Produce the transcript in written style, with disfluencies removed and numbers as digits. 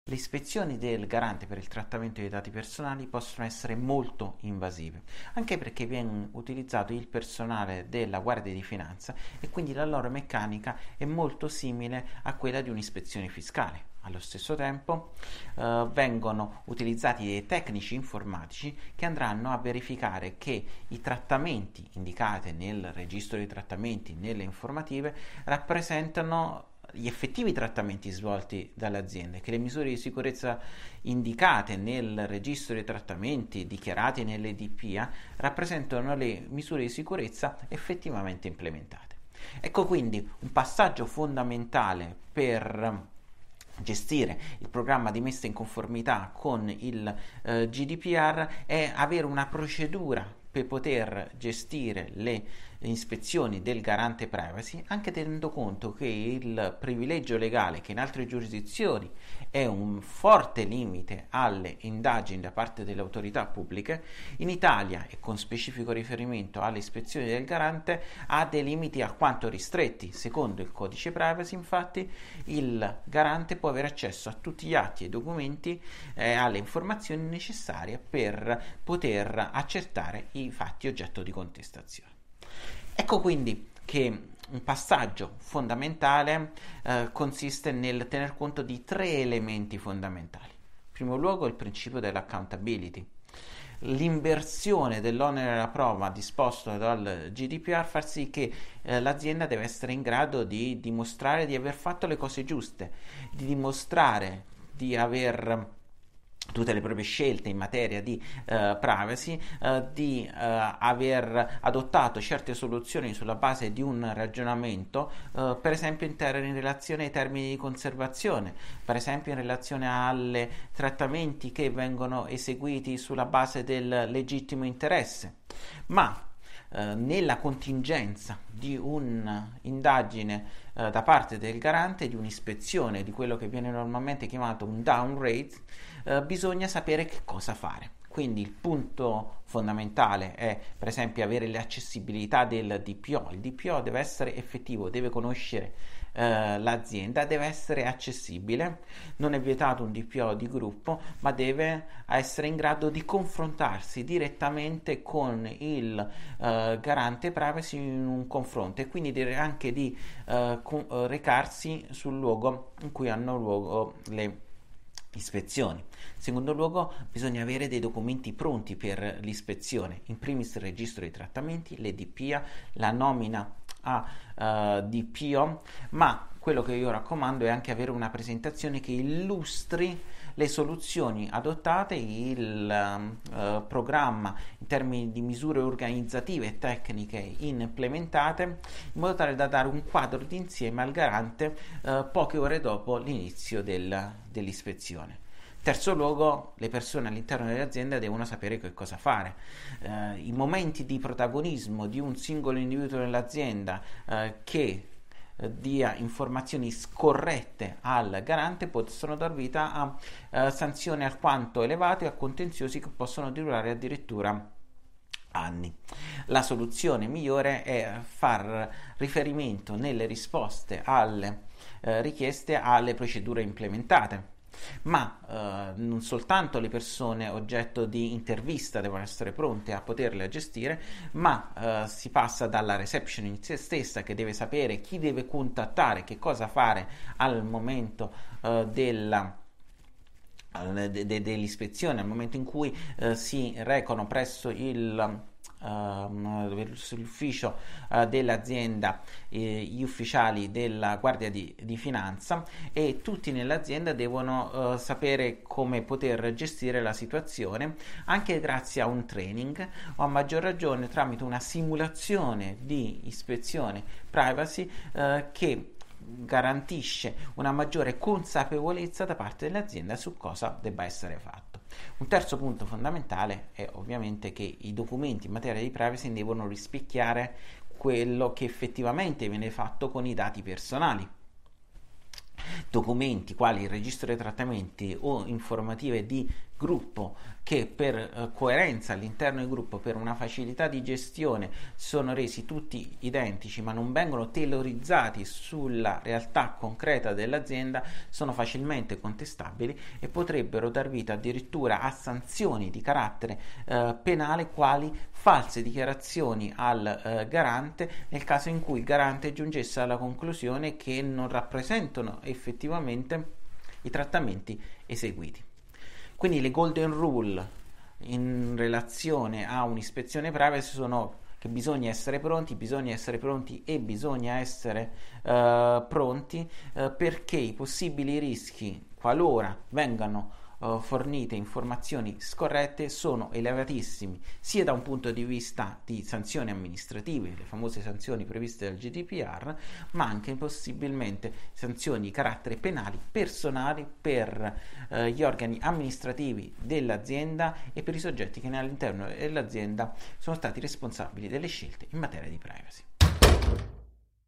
Le ispezioni del garante per il trattamento dei dati personali possono essere molto invasive, anche perché viene utilizzato il personale della Guardia di Finanza e quindi la loro meccanica è molto simile a quella di un'ispezione fiscale. Allo stesso tempo vengono utilizzati dei tecnici informatici che andranno a verificare che i trattamenti indicati nel registro dei trattamenti, nelle informative, rappresentano gli effettivi trattamenti svolti dalle aziende, che le misure di sicurezza indicate nel registro dei trattamenti dichiarati nelle DPA rappresentano le misure di sicurezza effettivamente implementate. Ecco quindi un passaggio fondamentale per gestire il programma di messa in conformità con il GDPR è avere una procedura per poter gestire le ispezioni del garante privacy, anche tenendo conto che il privilegio legale, che in altre giurisdizioni è un forte limite alle indagini da parte delle autorità pubbliche, in Italia, e con specifico riferimento alle ispezioni del garante, ha dei limiti alquanto ristretti. Secondo il codice privacy, infatti, il garante può avere accesso a tutti gli atti e documenti e alle informazioni necessarie per poter accertare i fatti oggetto di contestazione. Ecco quindi che un passaggio fondamentale consiste nel tener conto di tre elementi fondamentali. In primo luogo il principio dell'accountability. L'inversione dell'onere della prova disposto dal GDPR fa sì che l'azienda deve essere in grado di dimostrare di aver fatto le cose giuste, di dimostrare di aver tutte le proprie scelte in materia di privacy, di aver adottato certe soluzioni sulla base di un ragionamento, per esempio in relazione ai termini di conservazione, per esempio in relazione alle trattamenti che vengono eseguiti sulla base del legittimo interesse, ma nella contingenza di un'indagine da parte del garante, di un'ispezione di quello che viene normalmente chiamato un downgrade, bisogna sapere che cosa fare. Quindi il punto fondamentale è, per esempio, avere l'accessibilità del DPO. Il DPO deve essere effettivo, deve conoscere l'azienda, deve essere accessibile. Non è vietato un DPO di gruppo, ma deve essere in grado di confrontarsi direttamente con il garante privacy in un confronto, e quindi deve anche di recarsi sul luogo in cui hanno luogo le ispezioni. In secondo luogo, bisogna avere dei documenti pronti per l'ispezione, in primis il registro dei trattamenti, le DPA, la nomina a DPO, ma quello che io raccomando è anche avere una presentazione che illustri le soluzioni adottate, il programma in termini di misure organizzative e tecniche implementate, in modo tale da dare un quadro d'insieme al garante poche ore dopo l'inizio dell'ispezione. Terzo luogo, le persone all'interno dell'azienda devono sapere che cosa fare. I momenti di protagonismo di un singolo individuo nell'azienda che dia informazioni scorrette al garante possono dar vita a sanzioni alquanto elevate e a contenziosi che possono durare addirittura anni. La soluzione migliore è far riferimento nelle risposte alle richieste alle procedure implementate, ma non soltanto le persone oggetto di intervista devono essere pronte a poterle gestire, ma si passa dalla reception in sé stessa, che deve sapere chi deve contattare, che cosa fare al momento dell'ispezione, al momento in cui si recano presso l'ufficio dell'azienda gli ufficiali della Guardia di Finanza, e tutti nell'azienda devono sapere come poter gestire la situazione, anche grazie a un training, o a maggior ragione tramite una simulazione di ispezione privacy che garantisce una maggiore consapevolezza da parte dell'azienda su cosa debba essere fatto. Un terzo punto fondamentale è ovviamente che i documenti in materia di privacy devono rispecchiare quello che effettivamente viene fatto con i dati personali. Documenti quali il registro dei trattamenti o informative di gruppo che per coerenza all'interno del gruppo, per una facilità di gestione, sono resi tutti identici ma non vengono tailorizzati sulla realtà concreta dell'azienda, sono facilmente contestabili e potrebbero dar vita addirittura a sanzioni di carattere penale, quali false dichiarazioni al garante, nel caso in cui il garante giungesse alla conclusione che non rappresentano effettivamente i trattamenti eseguiti. Quindi le golden rule in relazione a un'ispezione privacy sono che bisogna essere pronti e bisogna essere pronti perché i possibili rischi, qualora vengano fornite informazioni scorrette, sono elevatissimi, sia da un punto di vista di sanzioni amministrative, le famose sanzioni previste dal GDPR, ma anche possibilmente sanzioni di carattere penali personali per gli organi amministrativi dell'azienda e per i soggetti che all'interno dell'azienda sono stati responsabili delle scelte in materia di privacy.